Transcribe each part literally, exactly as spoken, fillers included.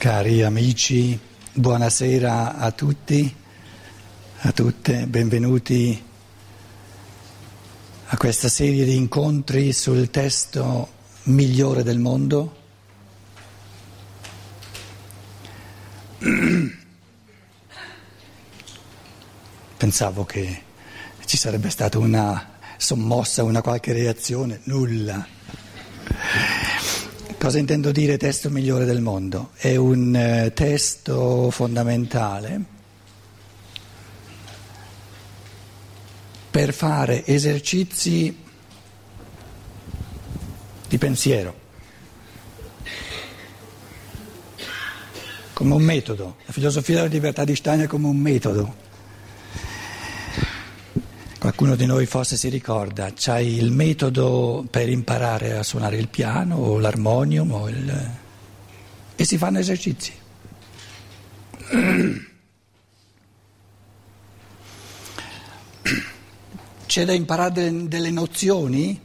Cari amici, buonasera a tutti, a tutte, benvenuti a questa serie di incontri sul testo migliore del mondo. Pensavo che ci sarebbe stata una sommossa, una qualche reazione, nulla. Cosa intendo dire testo migliore del mondo? È un eh, testo fondamentale per fare esercizi di pensiero, come un metodo. La filosofia della libertà di Steiner è come un metodo. Qualcuno di noi forse si ricorda, c'hai il metodo per imparare a suonare il piano o l'armonium o il... e si fanno esercizi. C'è da imparare delle, delle nozioni?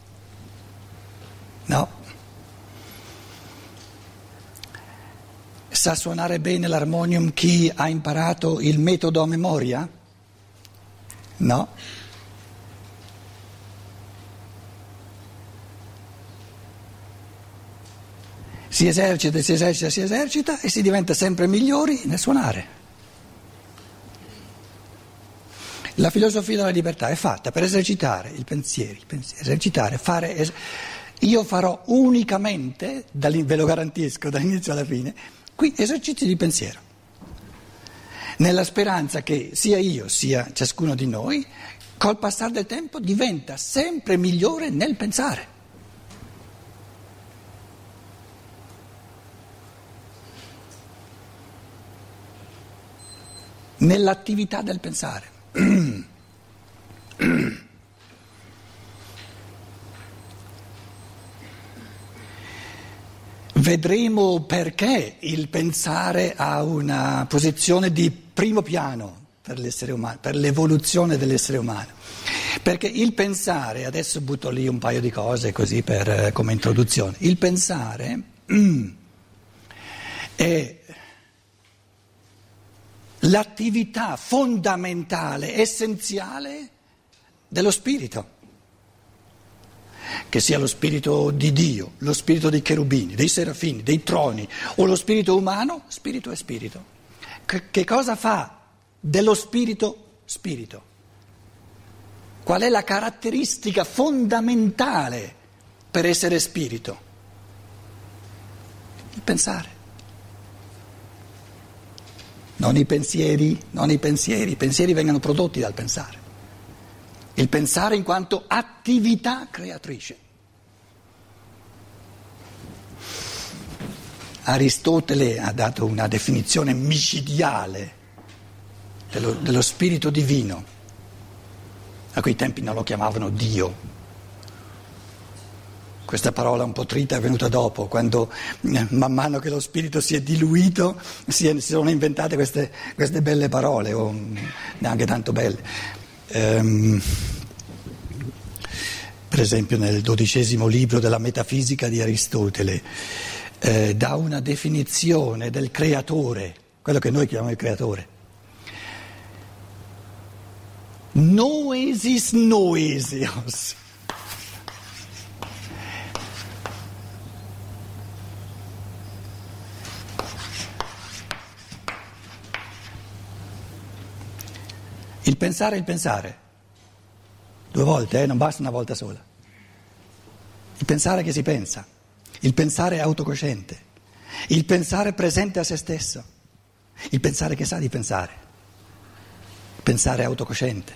No. Sa suonare bene l'armonium chi ha imparato il metodo a memoria? No. Si esercita, si esercita, si esercita e si diventa sempre migliori nel suonare. La filosofia della libertà è fatta per esercitare il pensiero, il pensiero esercitare, fare. Es- io farò unicamente, ve lo garantisco dall'inizio alla fine, qui esercizi di pensiero. Nella speranza che sia io sia ciascuno di noi, col passare del tempo diventa sempre migliore nel pensare. Nell'attività del pensare. Vedremo perché il pensare ha una posizione di primo piano per l'essere umano, per l'evoluzione dell'essere umano. Perché il pensare, adesso butto lì un paio di cose così per, come introduzione, il pensare mm, è l'attività fondamentale, essenziale dello spirito. Che sia lo spirito di Dio, lo spirito dei cherubini, dei serafini, dei troni o lo spirito umano, spirito è spirito. Che, che cosa fa dello spirito spirito? Qual è la caratteristica fondamentale per essere spirito? Il pensare. Non i pensieri, non i pensieri, i pensieri vengono prodotti dal pensare. Il pensare in quanto attività creatrice. Aristotele ha dato una definizione micidiale dello, dello spirito divino. A quei tempi non lo chiamavano Dio. Questa parola un po' trita è venuta dopo, quando man mano che lo spirito si è diluito si, è, si sono inventate queste, queste belle parole, o neanche tanto belle. Um, per esempio nel dodicesimo libro della Metafisica di Aristotele eh, dà una definizione del creatore, quello che noi chiamiamo il creatore. Noesis noesios. Il pensare è il pensare, due volte, eh, non basta una volta sola. Il pensare che si pensa, il pensare autocosciente, il pensare presente a se stesso, il pensare che sa di pensare, il pensare autocosciente.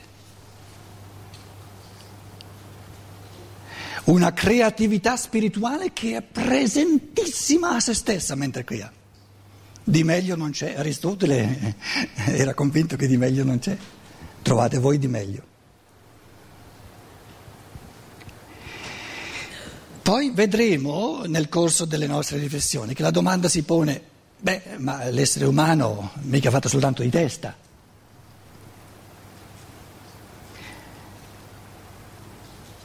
Una creatività spirituale che è presentissima a se stessa mentre crea. Di meglio non c'è, Aristotele era convinto che di meglio non c'è. Trovate voi di meglio. Poi vedremo nel corso delle nostre riflessioni che la domanda si pone, beh, ma l'essere umano mica è fatto soltanto di testa.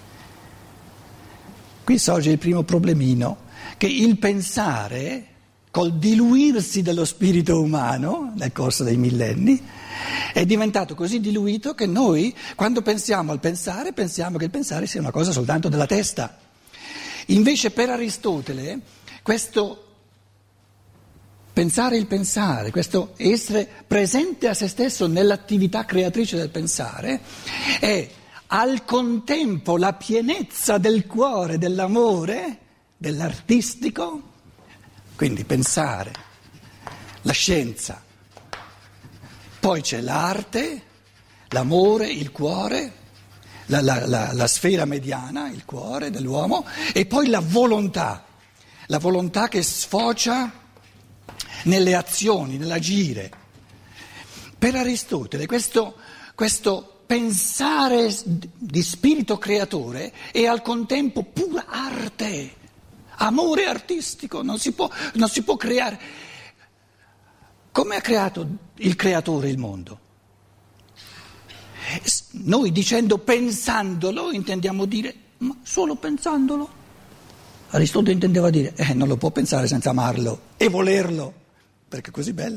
Qui sorge il primo problemino, che il pensare col diluirsi dello spirito umano nel corso dei millenni, è diventato così diluito che noi, quando pensiamo al pensare, pensiamo che il pensare sia una cosa soltanto della testa. Invece per Aristotele questo pensare il pensare, questo essere presente a se stesso nell'attività creatrice del pensare, è al contempo la pienezza del cuore, dell'amore, dell'artistico, quindi pensare, la scienza, poi c'è l'arte, l'amore, il cuore, la, la, la, la sfera mediana, il cuore dell'uomo, e poi la volontà, la volontà che sfocia nelle azioni, nell'agire. Per Aristotele questo, questo pensare di spirito creatore è al contempo pura arte, amore artistico, non si può, non si può creare. Come ha creato il creatore il mondo? Noi dicendo pensandolo intendiamo dire, ma solo pensandolo? Aristotele intendeva dire, eh, non lo può pensare senza amarlo e volerlo, perché è così bello.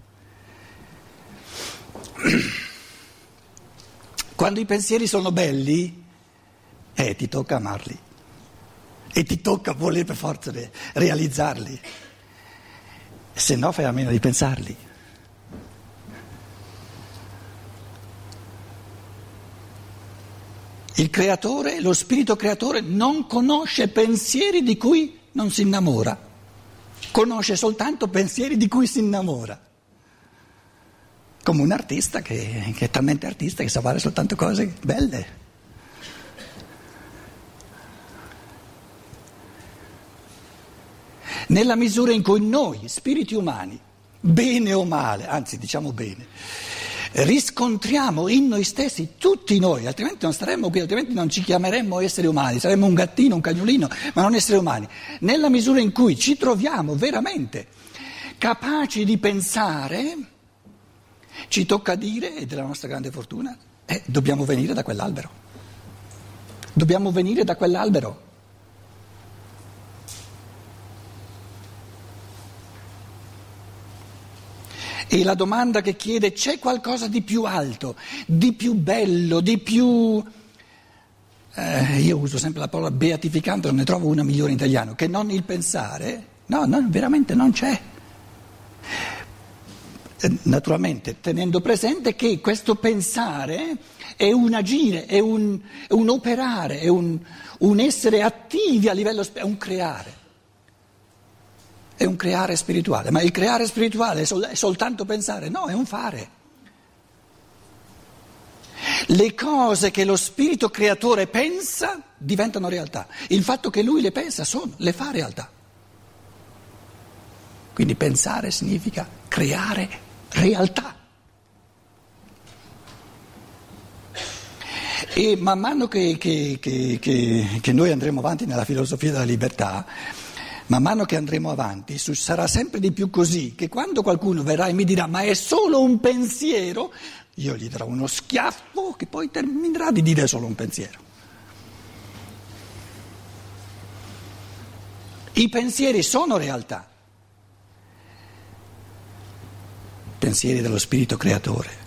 Quando i pensieri sono belli, eh, ti tocca amarli e ti tocca voler per forza realizzarli, se no fai a meno di pensarli. Il creatore, lo spirito creatore non conosce pensieri di cui non si innamora, conosce soltanto pensieri di cui si innamora, come un artista che, che è talmente artista che sa fare soltanto cose belle. Nella misura in cui noi, spiriti umani, bene o male, anzi diciamo bene, riscontriamo in noi stessi, tutti noi, altrimenti non staremmo qui, altrimenti non ci chiameremmo esseri umani, saremmo un gattino, un cagnolino, ma non esseri umani. Nella misura in cui ci troviamo veramente capaci di pensare, ci tocca dire, ed è la nostra grande fortuna, eh, dobbiamo venire da quell'albero. Dobbiamo venire da quell'albero. E la domanda che chiede, c'è qualcosa di più alto, di più bello, di più... Eh, io uso sempre la parola beatificante, non ne trovo una migliore in italiano, che non il pensare. No, no, veramente non c'è. Eh, naturalmente tenendo presente che questo pensare è un agire, è un, è un operare, è un, un essere attivi a livello, è un creare. È un creare spirituale, ma il creare spirituale è, sol- è soltanto pensare? No, è un fare. Le cose che lo spirito creatore pensa diventano realtà. Il fatto che lui le pensa sono, le fa realtà. Quindi pensare significa creare realtà. E man mano che, che, che, che, che noi andremo avanti nella filosofia della libertà, man mano che andremo avanti sarà sempre di più così, che quando qualcuno verrà e mi dirà ma è solo un pensiero, io gli darò uno schiaffo che poi terminerà di dire solo un pensiero. I pensieri sono realtà, pensieri dello spirito creatore.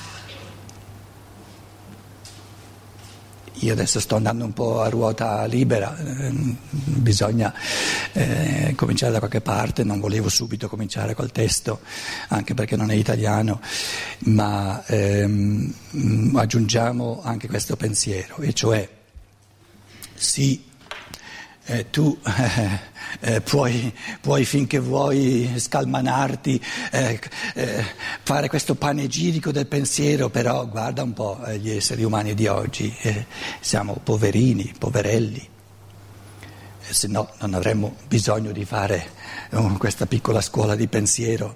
Io adesso sto andando un po' a ruota libera, eh, bisogna eh, cominciare da qualche parte, non volevo subito cominciare col testo, anche perché non è italiano, ma ehm, aggiungiamo anche questo pensiero, e cioè sì, eh, tu eh, eh, puoi, puoi finché vuoi scalmanarti, eh, eh, fare questo panegirico del pensiero, però guarda un po' eh, gli esseri umani di oggi, eh, siamo poverini, poverelli, eh, se no non avremmo bisogno di fare uh, questa piccola scuola di pensiero.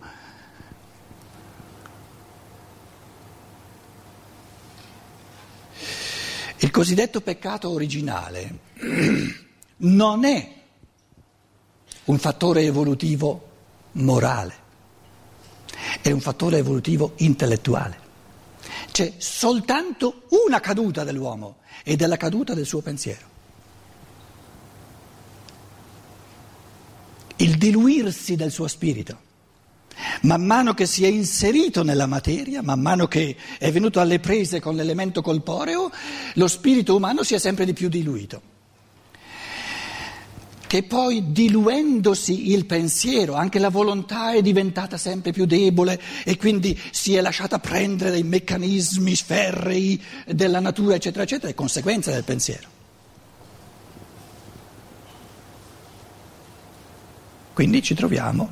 Il cosiddetto peccato originale non è un fattore evolutivo morale, è un fattore evolutivo intellettuale. C'è soltanto una caduta dell'uomo ed è la caduta del suo pensiero. il diluirsi del suo spirito. Man mano che si è inserito nella materia, man mano che è venuto alle prese con l'elemento corporeo, lo spirito umano si è sempre di più diluito. Che poi diluendosi il pensiero, anche la volontà è diventata sempre più debole e quindi si è lasciata prendere dai meccanismi ferrei della natura, eccetera, eccetera, è conseguenza del pensiero. Quindi ci troviamo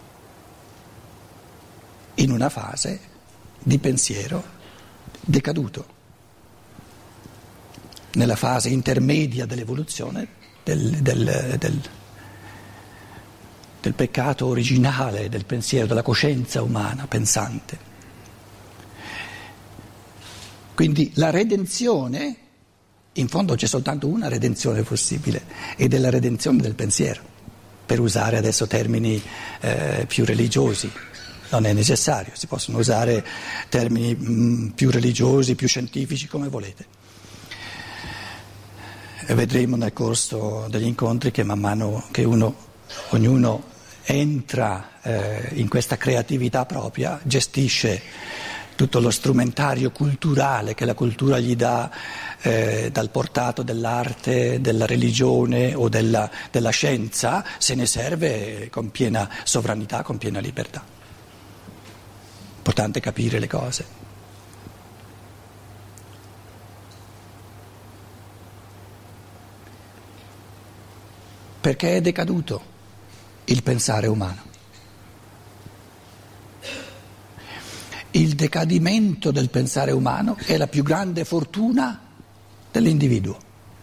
in una fase di pensiero decaduto, nella fase intermedia dell'evoluzione del, del, del, del peccato originale, del pensiero, della coscienza umana pensante. Quindi la redenzione, in fondo c'è soltanto una redenzione possibile, ed è la redenzione del pensiero, per usare adesso termini eh, più religiosi. Non è necessario, si possono usare termini mh, più religiosi, più scientifici, come volete. E vedremo nel corso degli incontri che man mano che uno, ognuno entra eh, in questa creatività propria, gestisce tutto lo strumentario culturale che la cultura gli dà eh, dal portato dell'arte, della religione o della, della scienza, se ne serve con piena sovranità, con piena libertà. Importante capire le cose. Perché è decaduto il pensare umano. Il decadimento del pensare umano è la più grande fortuna dell'individuo.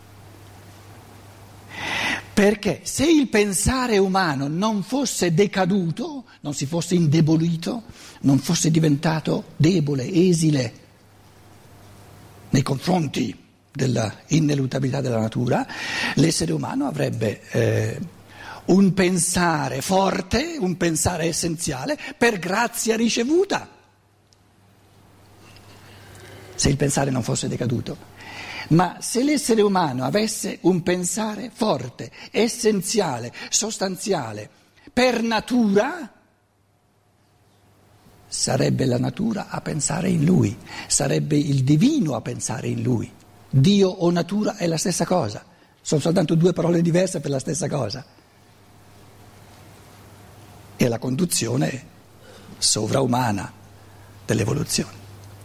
Perché se il pensare umano non fosse decaduto, non si fosse indebolito, non fosse diventato debole, esile nei confronti della ineluttabilità della natura, l'essere umano avrebbe eh, un pensare forte, un pensare essenziale per grazia ricevuta. Se il pensare non fosse decaduto. Ma se l'essere umano avesse un pensare forte, essenziale, sostanziale, per natura, sarebbe la natura a pensare in lui, sarebbe il divino a pensare in lui. Dio o natura è la stessa cosa, sono soltanto due parole diverse per la stessa cosa. È la conduzione sovraumana dell'evoluzione.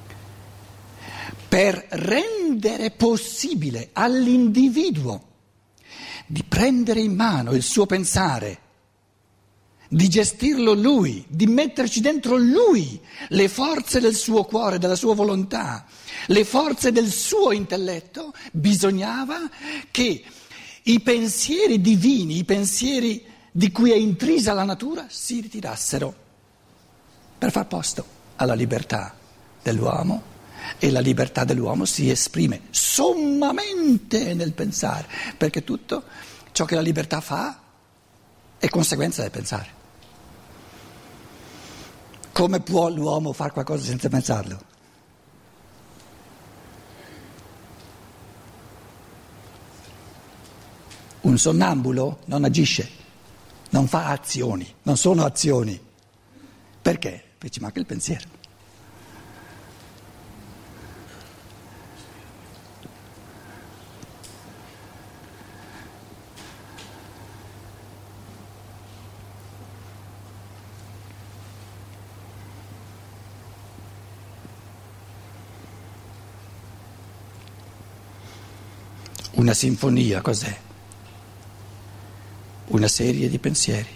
Per rendere possibile all'individuo di prendere in mano il suo pensare, di gestirlo lui, di metterci dentro lui le forze del suo cuore, della sua volontà, le forze del suo intelletto, bisognava che i pensieri divini, i pensieri di cui è intrisa la natura, si ritirassero per far posto alla libertà dell'uomo. E la libertà dell'uomo si esprime sommamente nel pensare, perché tutto ciò che la libertà fa è conseguenza del pensare. Come può l'uomo fare qualcosa senza pensarlo? Un sonnambulo non agisce, non fa azioni, non sono azioni. Perché? Perché ci manca il pensiero. Una sinfonia cos'è? Una serie di pensieri.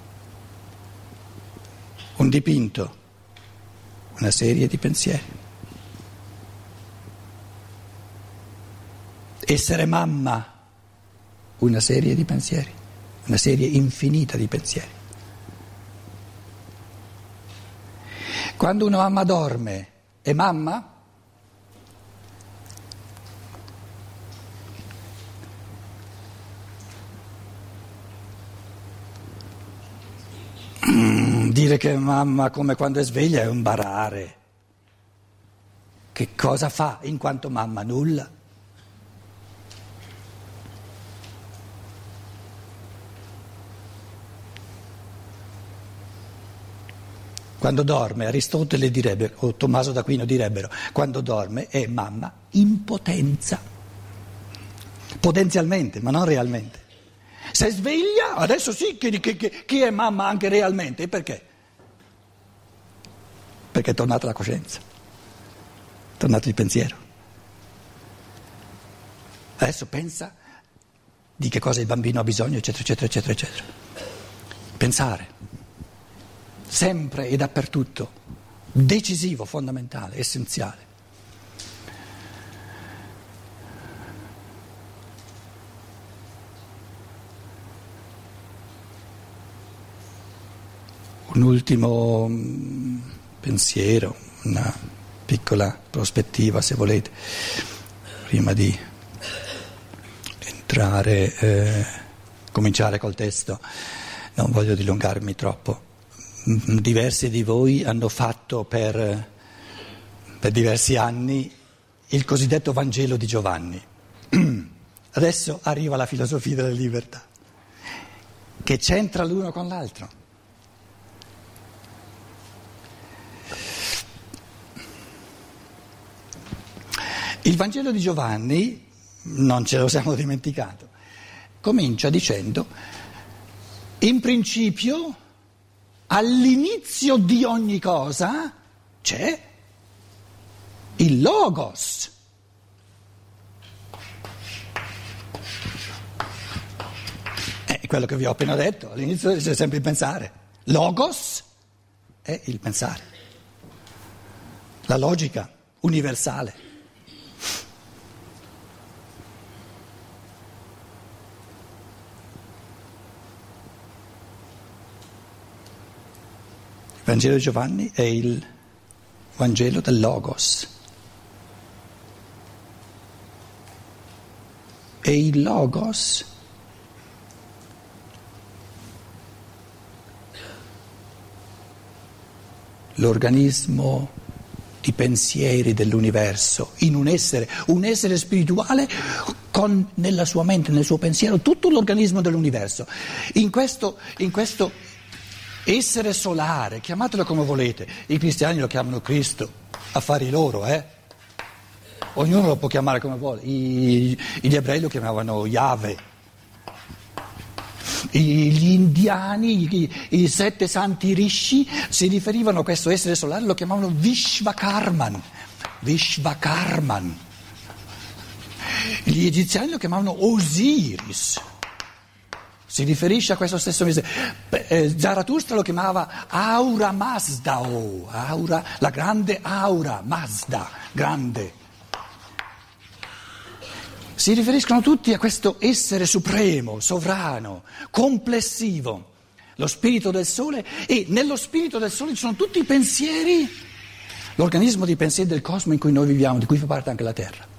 Un dipinto, una serie di pensieri. Essere mamma, una serie di pensieri, una serie infinita di pensieri. Quando una mamma dorme, è mamma? Dire che mamma come quando è sveglia è un barare. Che cosa fa in quanto mamma? Nulla. Quando dorme, Aristotele direbbe, o Tommaso d'Aquino direbbero, quando dorme è mamma in potenza, potenzialmente, ma non realmente. Se sveglia, adesso sì che, che, che, chi è mamma anche realmente, e perché? Perché è tornata la coscienza, è tornato il pensiero. Adesso pensa di che cosa il bambino ha bisogno, eccetera, eccetera, eccetera, eccetera. Pensare, sempre e dappertutto, decisivo, fondamentale, essenziale. Un ultimo pensiero, una piccola prospettiva, se volete, prima di entrare, eh, cominciare col testo. Non voglio dilungarmi troppo. Diversi di voi hanno fatto per, per diversi anni il cosiddetto Vangelo di Giovanni. Adesso arriva la filosofia della libertà, che c'entra l'uno con l'altro. Il Vangelo di Giovanni, non ce lo siamo dimenticato, comincia dicendo: in principio, all'inizio di ogni cosa, c'è il Logos. È quello che vi ho appena detto, all'inizio c'è sempre il pensare. Logos è il pensare, la logica universale. Il Vangelo di Giovanni è il Vangelo del Logos. E il Logos l'organismo di pensieri dell'universo, in un essere, un essere spirituale con nella sua mente, nel suo pensiero, tutto l'organismo dell'universo. In questo, in questo essere solare, chiamatelo come volete, i cristiani lo chiamano Cristo, affari loro, eh? Ognuno lo può chiamare come vuole, I, gli ebrei lo chiamavano Yahweh, I, gli indiani, i, i sette santi rishi si riferivano a questo essere solare, lo chiamavano Vishvakarman, Vishvakarman, gli egiziani lo chiamavano Osiris. Si riferisce a questo stesso mese. Eh, Zarathustra lo chiamava Aura Mazda, oh, aura, la grande aura, Mazda, grande. Si riferiscono tutti a questo essere supremo, sovrano, complessivo, lo spirito del sole, e nello spirito del sole ci sono tutti i pensieri, l'organismo di pensieri del cosmo in cui noi viviamo, di cui fa parte anche la Terra.